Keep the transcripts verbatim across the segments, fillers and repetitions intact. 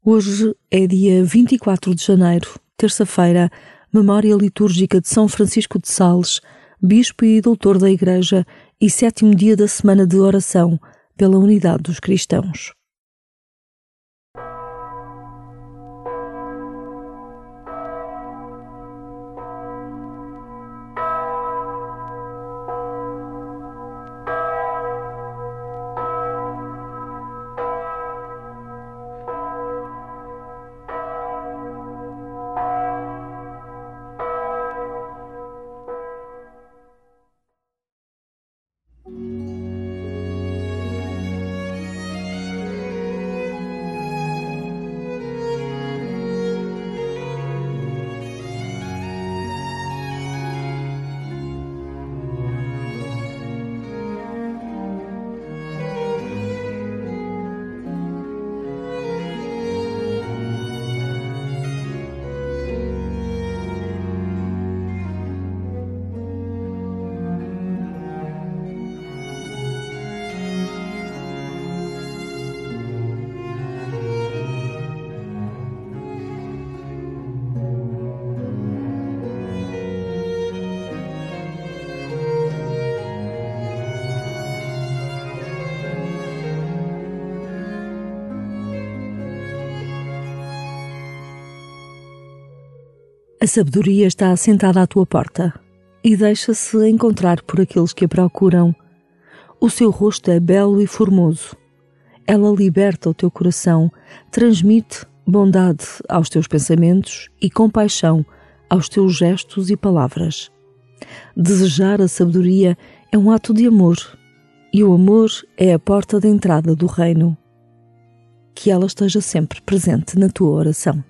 Hoje é dia vinte e quatro de janeiro, terça-feira, memória litúrgica de São Francisco de Sales, bispo e doutor da Igreja, e sétimo dia da semana de oração pela unidade dos cristãos. A sabedoria está assentada à tua porta e deixa-se encontrar por aqueles que a procuram. O seu rosto é belo e formoso. Ela liberta o teu coração, transmite bondade aos teus pensamentos e compaixão aos teus gestos e palavras. Desejar a sabedoria é um ato de amor, e o amor é a porta de entrada do reino. Que ela esteja sempre presente na tua oração.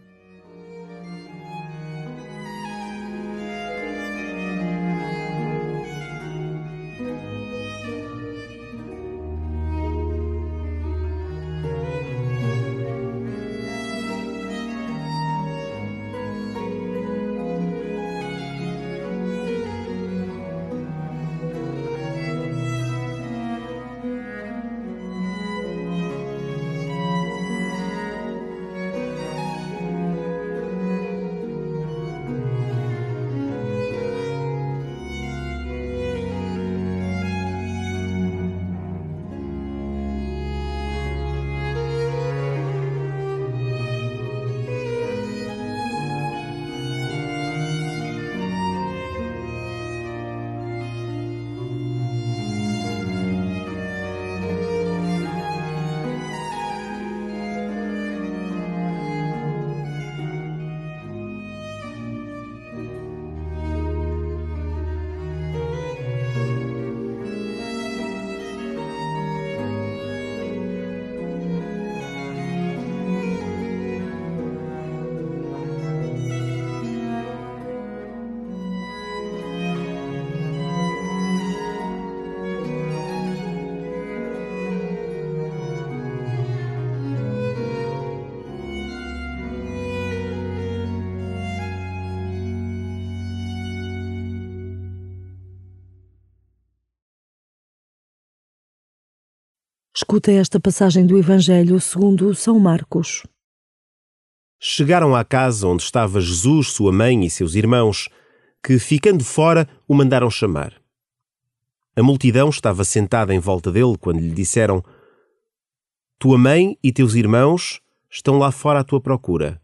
Escuta esta passagem do Evangelho segundo São Marcos. Chegaram à casa onde estava Jesus, sua mãe e seus irmãos, que, ficando fora, o mandaram chamar. A multidão estava sentada em volta dele quando lhe disseram: "Tua mãe e teus irmãos estão lá fora à tua procura."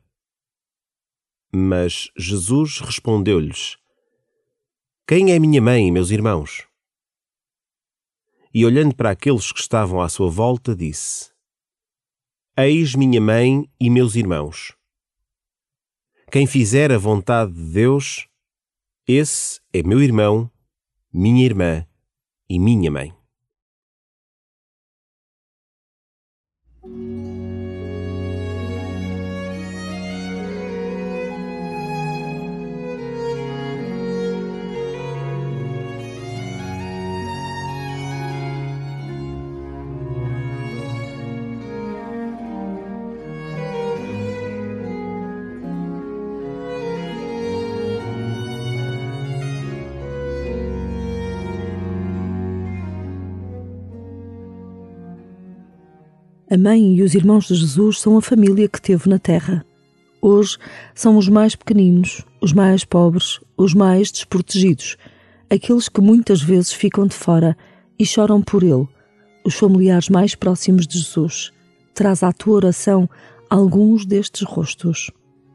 Mas Jesus respondeu-lhes: "Quem é minha mãe e meus irmãos?" E olhando para aqueles que estavam à sua volta, disse: "Eis minha mãe e meus irmãos. Quem fizer a vontade de Deus, esse é meu irmão, minha irmã e minha mãe." A mãe e os irmãos de Jesus são a família que teve na terra. Hoje são os mais pequeninos, os mais pobres, os mais desprotegidos, aqueles que muitas vezes ficam de fora e choram por ele, os familiares mais próximos de Jesus. Traz à tua oração alguns destes rostos.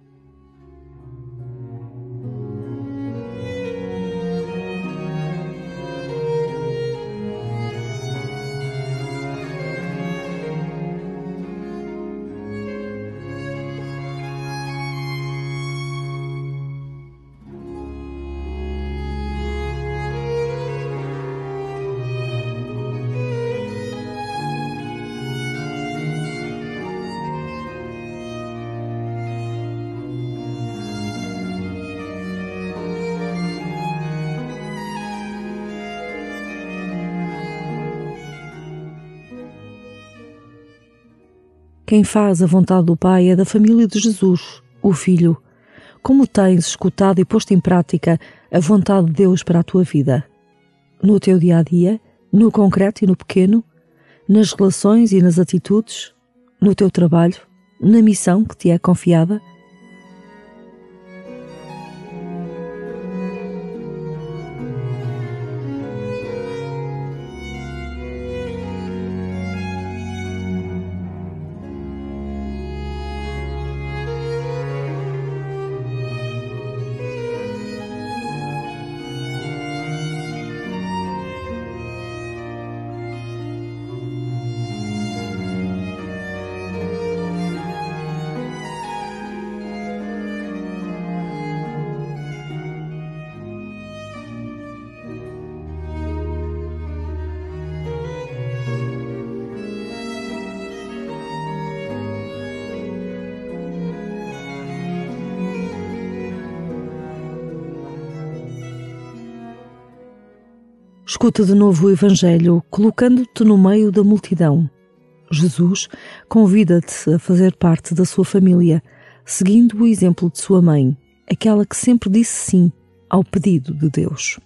Quem faz a vontade do Pai é da família de Jesus, o Filho. Como tens escutado e posto em prática a vontade de Deus para a tua vida? No teu dia-a-dia, no concreto e no pequeno, nas relações e nas atitudes, no teu trabalho, na missão que te é confiada? Escuta de novo o Evangelho, colocando-te no meio da multidão. Jesus convida-te a fazer parte da sua família, seguindo o exemplo de sua mãe, aquela que sempre disse sim ao pedido de Deus.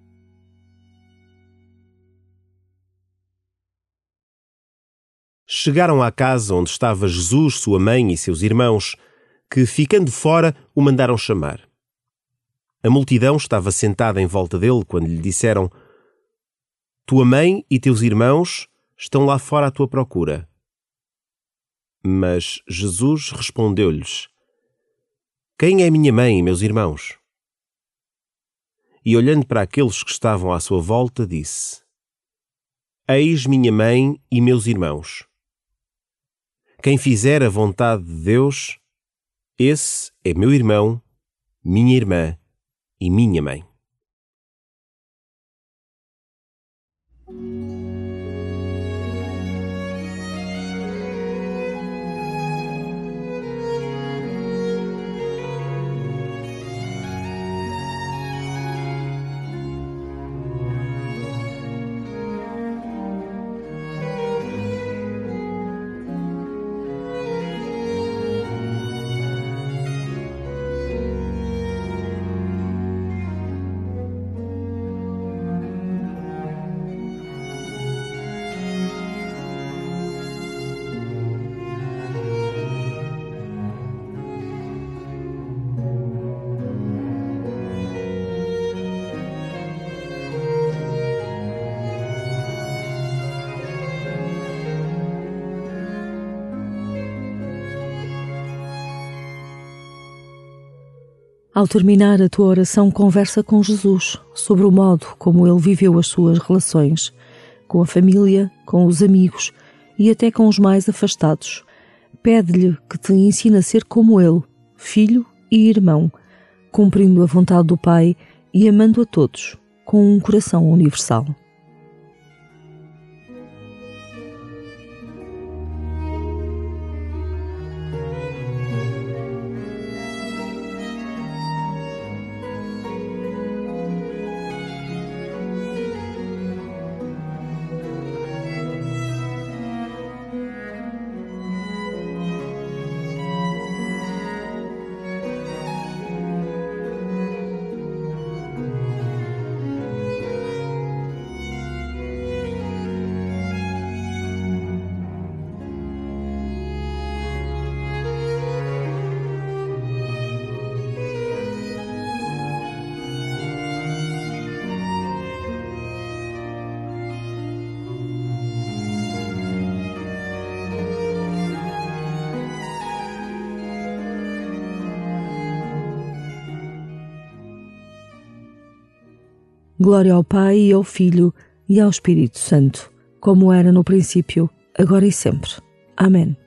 Chegaram à casa onde estava Jesus, sua mãe e seus irmãos, que, ficando fora, o mandaram chamar. A multidão estava sentada em volta dele quando lhe disseram: Tua mãe e teus irmãos estão lá fora à tua procura. Mas Jesus respondeu-lhes: Quem é minha mãe e meus irmãos? E olhando para aqueles que estavam à sua volta, disse: Eis minha mãe e meus irmãos. Quem fizer a vontade de Deus, esse é meu irmão, minha irmã e minha mãe. Ao terminar a tua oração, conversa com Jesus sobre o modo como ele viveu as suas relações, com a família, com os amigos e até com os mais afastados. Pede-lhe que te ensine a ser como ele, filho e irmão, cumprindo a vontade do Pai e amando a todos, com um coração universal. Glória ao Pai e ao Filho e ao Espírito Santo, como era no princípio, agora e sempre. Amém.